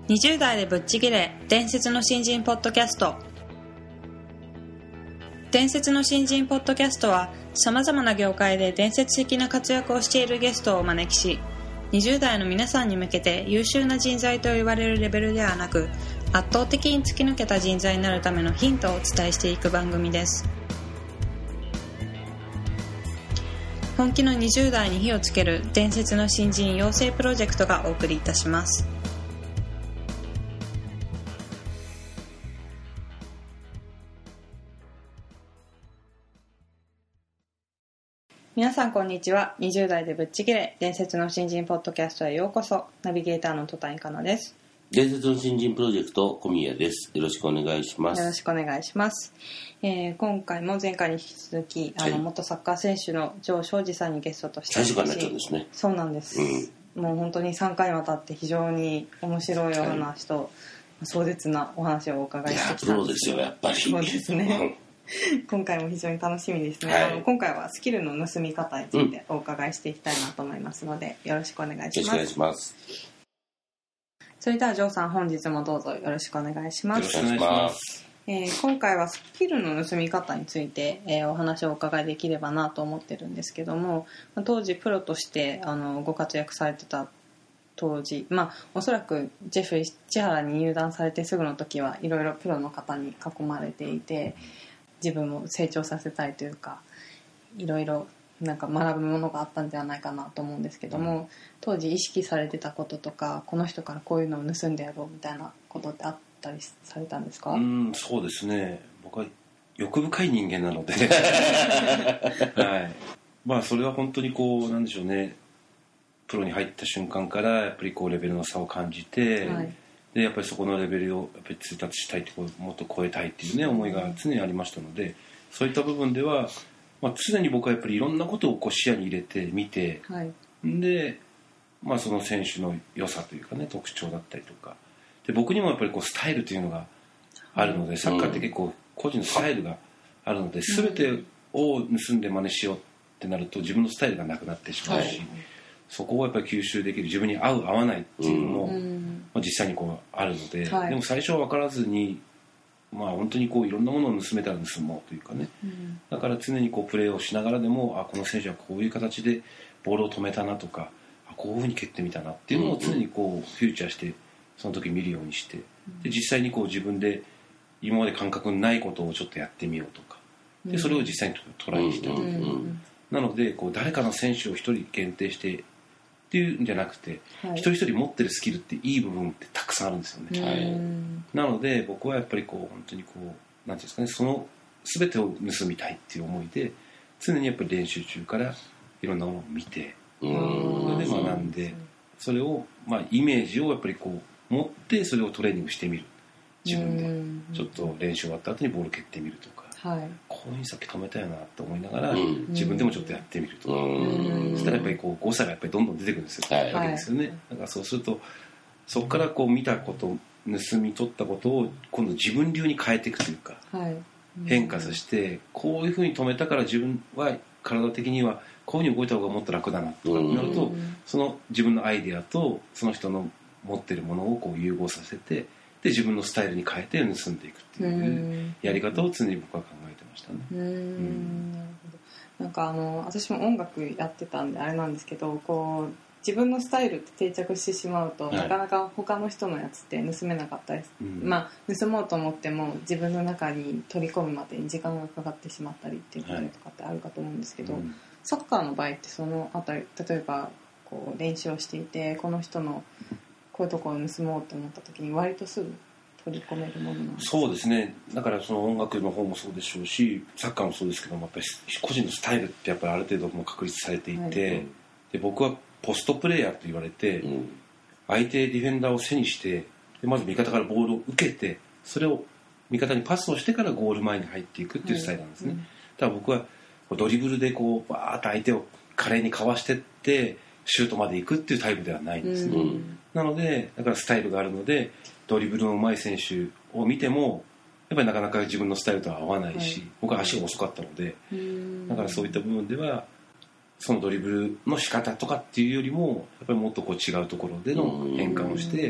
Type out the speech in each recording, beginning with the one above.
20代でぶっちぎれ伝説の新人ポッドキャスト。伝説の新人ポッドキャストはさまざまな業界で伝説的な活躍をしているゲストをお招きし、20代の皆さんに向けて優秀な人材と言われるレベルではなく、圧倒的に突き抜けた人材になるためのヒントをお伝えしていく番組です。本気の20代に火をつける伝説の新人養成プロジェクトがお送りいたします。皆さんこんにちは。20代でぶっちぎれ伝説の新人ポッドキャストへようこそ。ナビゲーターの戸谷香奈です。 伝説の新人プロジェクト小宮です。よろしくお願いします。 よろしくお願いします。今回も前回に引き続き、元サッカー選手の城彰二さんにゲストとして最初からなっちゃうんですね。 そうなんです、もう本当に3回にわたって非常に面白いお話と、壮絶なお話をお伺いしてきたんですけど。 プロですよやっぱり。 そうですね今回も非常に楽しみですね、今回はスキルの盗み方についてお伺いしていきたいなと思いますので、よろしくお願いします。 よろしくお願いします。 それではジョーさん、本日もどうぞよろしくお願いします。 よろしくお願いします。 今回はスキルの盗み方について、お話をお伺いできればなと思ってるんですけども、当時プロとしてご活躍されてた当時、おそらくジェフリー千原に入団されてすぐの時はいろいろプロの方に囲まれていて、自分も成長させたいというか、いろいろなんか学ぶものがあったんではないかなと思うんですけども、当時意識されてたこととか、この人からこういうのを盗んでやろうみたいなことってあったりされたんですか？ そうですね、僕は欲深い人間なのではい、それは本当になんでしょうね、プロに入った瞬間からやっぱりレベルの差を感じて、でやっぱりそこのレベルをやっぱり通達したいってもっと超えたいっていうね思いが常にありましたので、そういった部分では、常に僕はやっぱりいろんなことを視野に入れて見て、で、その選手の良さというかね、特徴だったりとかで、僕にもやっぱりスタイルというのがあるので、サッカーって結構個人のスタイルがあるので、全てを盗んで真似しようってなると自分のスタイルがなくなってしまうし、そこをやっぱり吸収できる、自分に合う合わないっていうのも、実際にあるので、でも最初は分からずに、本当にいろんなものを盗めたら盗もうというかね、だから常にプレーをしながらでも、この選手はこういう形でボールを止めたなとか、こういうふうに蹴ってみたなっていうのを常にフューチャーしてその時見るようにして、で実際に自分で今まで感覚のないことをちょっとやってみようとかで、それを実際にトライしたりとか、なので誰かの選手を一人限定してっていうんじゃなくて、一人一人持ってるスキルっていい部分ってたくさんあるんですよね、なので僕はやっぱり本当になんていうんですかね、その全てを盗みたいっていう思いで、常にやっぱり練習中からいろんなものを見て、それで学んで、それをイメージをやっぱり持ってそれをトレーニングしてみる、自分でちょっと練習終わった後にボール蹴ってみるとか、こういうふうにさっき止めたよなと思いながら、自分でもちょっとやってみるとか、そしたらやっぱり誤差がやっぱりどんどん出てくるんですよ、わけですよね。だからそうするとそこから見たこと、盗み取ったことを今度自分流に変えていくというか、変化させて、こういうふうに止めたから自分は体的にはこういうふうに動いた方がもっと楽だなとかになると、その自分のアイデアとその人の持ってるものを融合させて、で自分のスタイルに変えて盗んでいくっていうやり方を常に僕は考えてましたね。 なるほど。なんか私も音楽やってたんであれなんですけど、自分のスタイルって定着してしまうと、なかなか他の人のやつって盗めなかったです、盗もうと思っても自分の中に取り込むまでに時間がかかってしまったりっていうこととかってあるかと思うんですけど、サッカーの場合ってそのあたり、例えば練習をしていて、この人のこういうところを盗もうと思った時に割とすぐ取り込めるものなんですか？ そうですね、だからその音楽の方もそうでしょうし、サッカーもそうですけども、やっぱり個人のスタイルってやっぱりある程度もう確立されていて、で僕はポストプレーヤーと言われて、相手ディフェンダーを背にして、でまず味方からボールを受けて、それを味方にパスをしてからゴール前に入っていくっていうスタイルなんですね。だから僕はドリブルでバーッと相手を華麗にかわしてってシュートまで行くっていうタイプではないんですね、なのでだからスタイルがあるので、ドリブルの上手い選手を見てもやっぱりなかなか自分のスタイルとは合わないし、僕は足が遅かったので、だからそういった部分ではそのドリブルの仕方とかっていうよりもやっぱりもっと違うところでの変換をして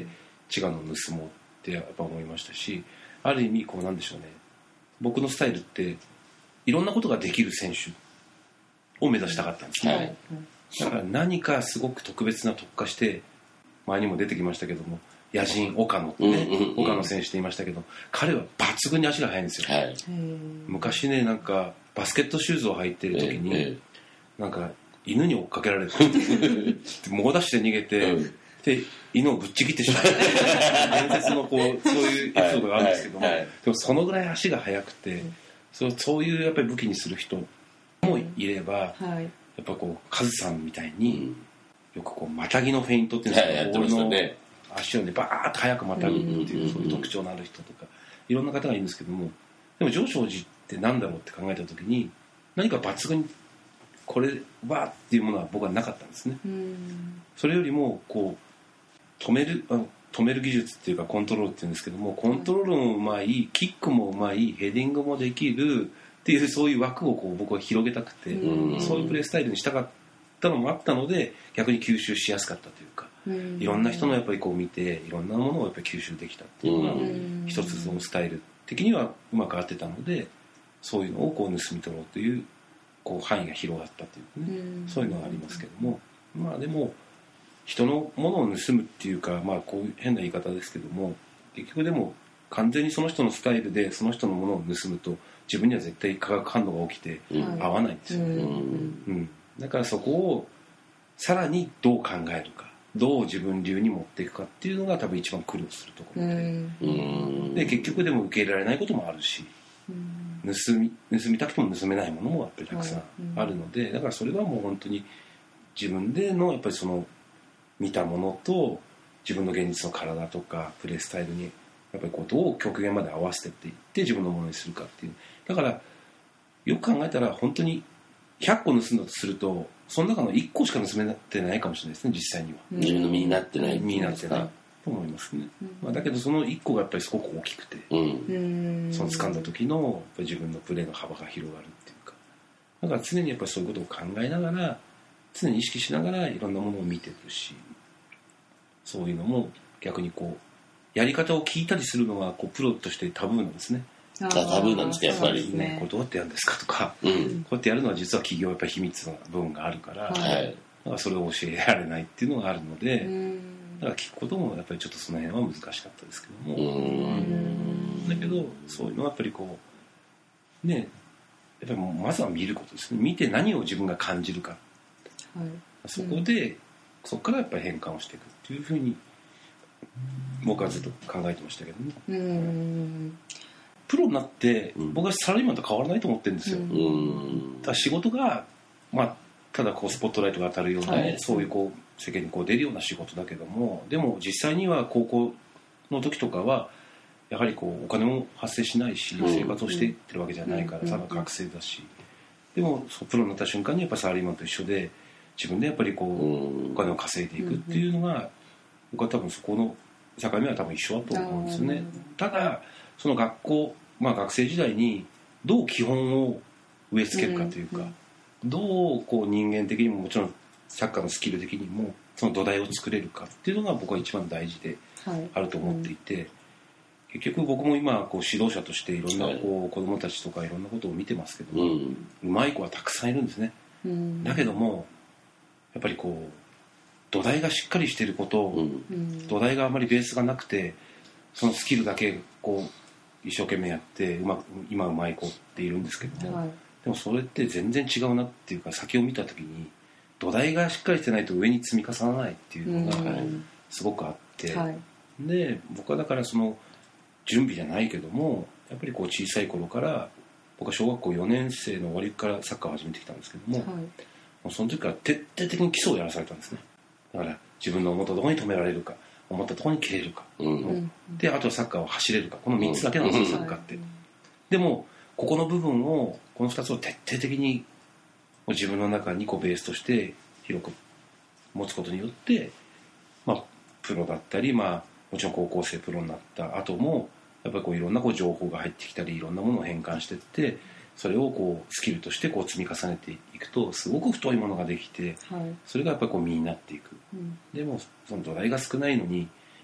違うのを盗もうってやっぱ思いましたし、ある意味こうなんでしょうね、僕のスタイルっていろんなことができる選手を目指したかったんですね、 はい、 だから何かすごく特別な特化して、前にも出てきましたけども、野人岡野ってね、岡野選手って言いましたけど、彼は抜群に足が速いんですよ、 はい、 昔ね、なんかバスケットシューズを履いてる時に、なんか犬に追っかけられて猛ダッシュで逃げて、で犬をぶっちぎってしまう伝説のこうそういうエピソードがあるんですけども、でもそのぐらい足が速くて、そういうやっぱり武器にする人もいれば、やっぱこうカズさんみたいに、よくこうまたぎのフェイントっていうんですか、ボールの足をねバーッと速くまたぐっていう、そういう特徴のある人とかいろんな方がいるんですけども、でも上昇寺って何だろうって考えた時に、何か抜群にこれはっていうものは僕はなかったんですね。それよりもこう止める技術っていうかコントロールっていうんですけども、コントロールもうまい、キックもうまい、ヘディングもできるっていう、そういう枠をこう僕は広げたくて、そういうプレースタイルにしたかったのもあったので、逆に吸収しやすかったというか、いろんな人のやっぱりこう見て、いろんなものをやっぱり吸収できたっていうのが、一つそのスタイル的にはうまく合ってたので、そういうのをこう盗み取ろうという、こう範囲が広がったというかね、そういうのがありますけども、まあでも人のものを盗むっていうか、まあこういう変な言い方ですけども、結局でも完全にその人のスタイルでその人のものを盗むと、自分には絶対化学反応が起きて合わないんですよね、だからそこをさらにどう考えるか、どう自分流に持っていくかっていうのが多分一番苦労するところで、結局でも受け入れられないこともあるし、盗みたくても盗めないものもやっぱりたくさんあるので、だからそれはもう本当に自分でのやっぱりその見たものと自分の現実の体とかプレースタイルにやっぱりこうどう極限まで合わせてっていって自分のものにするかっていう。だからよく考えたら本当に100個盗んだとすると、その中の1個しか盗めてないかもしれないですね、実際には。 自分の身になってない。 身になってないと思いますね、だけどその1個がやっぱりすごく大きくて、その掴んだ時のやっぱり自分のプレーの幅が広がるっていうか、だから常にやっぱりそういうことを考えながら、常に意識しながらいろんなものを見ていくし、そういうのも逆にこうやり方を聞いたりするのがこうプロとしてタブーなんですね。 タブーなんですか、やっぱりね、これどうやってやるんですかとか、こうやってやるのは実は企業はやっぱり秘密な部分があるから、だからそれを教えられないっていうのがあるので、だから聞くこともやっぱりちょっとその辺は難しかったですけども、だけどそういうのはやっぱりこうね、やっぱりもうまずは見ることですね。見て何を自分が感じるか、そこで、そこからやっぱり変換をしていくっていうふうに僕はずっと考えてましたけどね。プロになって僕はサラリーマンと変わらないと思ってるんですよ。ただ仕事が、まあ、ただこうスポットライトが当たるような、そういうこう世間にこう出るような仕事だけども、でも実際には高校の時とかはやはりこうお金も発生しないし、生活をしていってるわけじゃないから、ただ学生だし、でもプロになった瞬間にやっぱサラリーマンと一緒で自分でやっぱりこうお金を稼いでいくっていうのが、僕は多分そこの境目は多分一緒だと思うんですよね。ただその学校、まあ、学生時代にどう基本を植え付けるかというか、どうこう人間的にももちろんサッカーのスキル的にもその土台を作れるかっていうのが僕は一番大事であると思っていて、結局僕も今こう指導者としていろんなこう子どもたちとかいろんなことを見てますけども、うまい子はたくさんいるんですね。だけどもやっぱりこう土台がしっかりしていること、土台があまりベースがなくてそのスキルだけこう一生懸命やって今うまい子っているんですけども、でもそれって全然違うなっていうか、先を見た時に土台がしっかりしてないと上に積み重ならないっていうのがすごくあって、で僕はだからその準備じゃないけどもやっぱりこう小さい頃から僕は小学校4年生の終わりからサッカーを始めてきたんですけども、もうその時から徹底的に基礎をやらされたんですね。だから自分の思ったところに止められるか、思ったところに蹴れるか、であとはサッカーを走れるか、この3つだけなんですよ、サッカーって。でもここの部分をこの2つを徹底的に自分の中にこうベースとして広く持つことによって、まあ、プロだったり、まあ、もちろん高校生プロになった後もやっぱりこういろんなこう情報が入ってきたりいろんなものを変換していって、それをこうスキルとしてこう積み重ねていくとすごく太いものができて、それがやっぱりこう身になっていく、でもその土台が少ないのに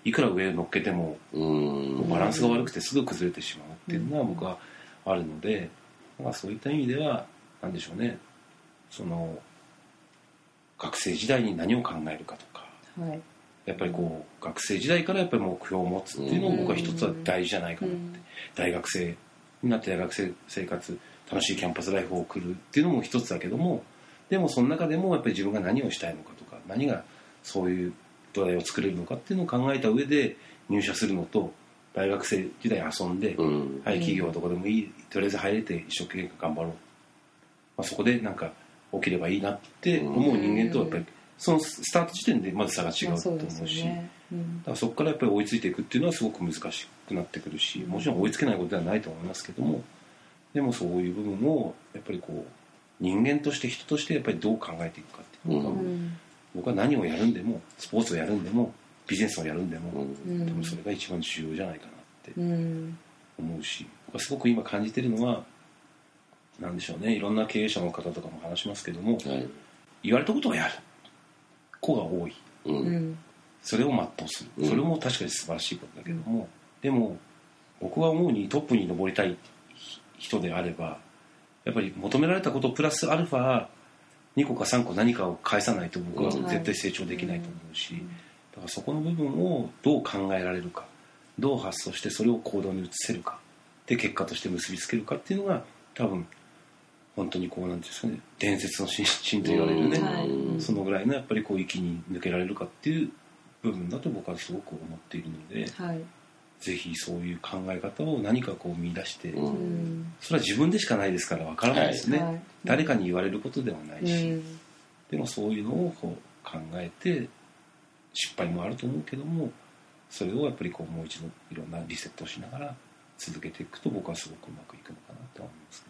いくら上を乗っけてもバランスが悪くてすぐ崩れてしまうっていうのが僕はあるので、そういった意味では何でしょうね、その学生時代に何を考えるかとか、はい、やっぱりこう学生時代からやっぱり目標を持つっていうのも僕は一つは大事じゃないかなって、大学生になって大学生生活楽しいキャンパスライフを送るっていうのも一つだけども、でもその中でもやっぱり自分が何をしたいのかとか、何がそういう土台を作れるのかっていうのを考えた上で入社するのと、大学生時代遊んで、はい、企業はどこでもいい、とりあえず入れて一生懸命頑張ろう、そこでなんか起きればいいなって思う人間とはやっぱりそのスタート時点でまず差が違うと思うし、だからそこからやっぱり追いついていくっていうのはすごく難しくなってくるし、もちろん追いつけないことではないと思いますけども、でもそういう部分をやっぱりこう人間として人としてやっぱりどう考えていくかっていうのが、僕は何をやるんでもスポーツをやるんでもビジネスをやるんでも、多分それが一番重要じゃないかなって思うし、僕はすごく今感じてるのはなんでしょうね、いろんな経営者の方とかも話しますけども、言われたことをやる子が多い、それを全うする、それも確かに素晴らしいことだけども、でも僕は思うにトップに上りたい人であればやっぱり求められたことプラスアルファ2個か3個何かを返さないと僕は絶対成長できないと思うし、だからそこの部分をどう考えられるか、どう発想してそれを行動に移せるかで結果として結びつけるかっていうのが多分本当にこうなんですかね、伝説の新人と言われるね、そのぐらいのやっぱりこう息に抜けられるかっていう部分だと僕はすごく思っているので、ぜひそういう考え方を何かこう見出して、それは自分でしかないですから分からないですね、誰かに言われることではないし、でもそういうのをこう考えて失敗もあると思うけども、それをやっぱりこうもう一度いろんなリセットをしながら続けていくと僕はすごくうまくいくのかなと思います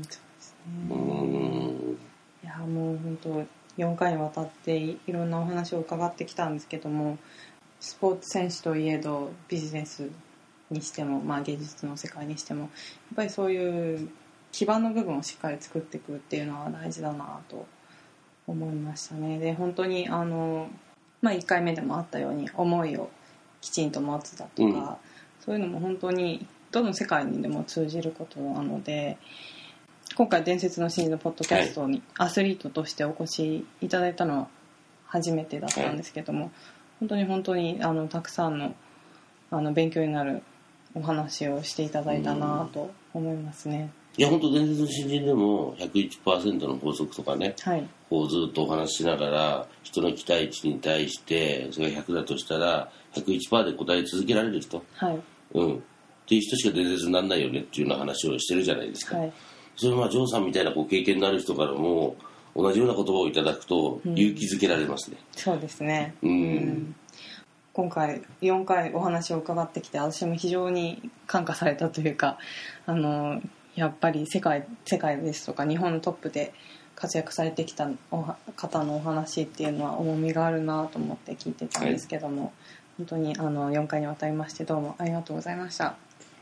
ね。 いやもう本当4回にわたっていろんなお話を伺ってきたんですけども、スポーツ選手といえどビジネスにしても、芸術の世界にしてもやっぱりそういう基盤の部分をしっかり作っていくっていうのは大事だなと思いましたね。で本当に1回目でもあったように思いをきちんと持つだとか、そういうのも本当にどの世界にでも通じることなので、今回伝説の新人のポッドキャストにアスリートとしてお越しいただいたのは初めてだったんですけども、本当にたくさんの勉強になるお話をしていただいたなと思いますね。 いや本当伝説の新人でも 101% の法則とかね、こうずっとお話ししながら人の期待値に対してそれが100だとしたら 101% で答え続けられる人、っていう人しか伝説にならないよねっていうような話をしてるじゃないですか、それはジョーさんみたいなこう経験のある人からも同じような言葉をいただくと勇気づけられますね、 そうですね、今回4回お話を伺ってきて私も非常に感化されたというか、やっぱり世界ですとか日本のトップで活躍されてきた方のお話っていうのは重みがあるなと思って聞いてたんですけども、本当に4回にわたりましてどうもありがとうございました。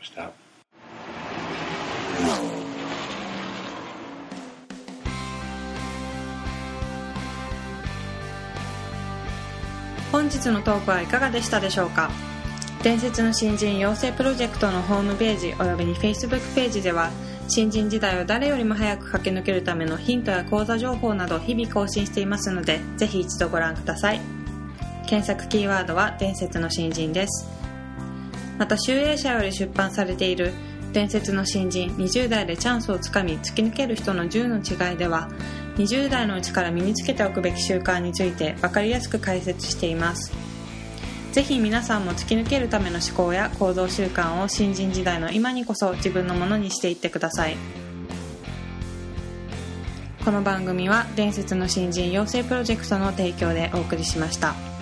本日のトークはいかがでしたでしょうか。伝説の新人養成プロジェクトのホームページおよびに Facebook ページでは新人時代を誰よりも早く駆け抜けるためのヒントや講座情報など日々更新していますので、ぜひ一度ご覧ください。検索キーワードは伝説の新人です。また集英社より出版されている伝説の新人20代でチャンスをつかみ突き抜ける人の10の違いでは、20代のうちから身につけておくべき習慣について分かりやすく解説しています。ぜひ皆さんも突き抜けるための思考や行動習慣を新人時代の今にこそ自分のものにしていってください。この番組は伝説の新人養成プロジェクトの提供でお送りしました。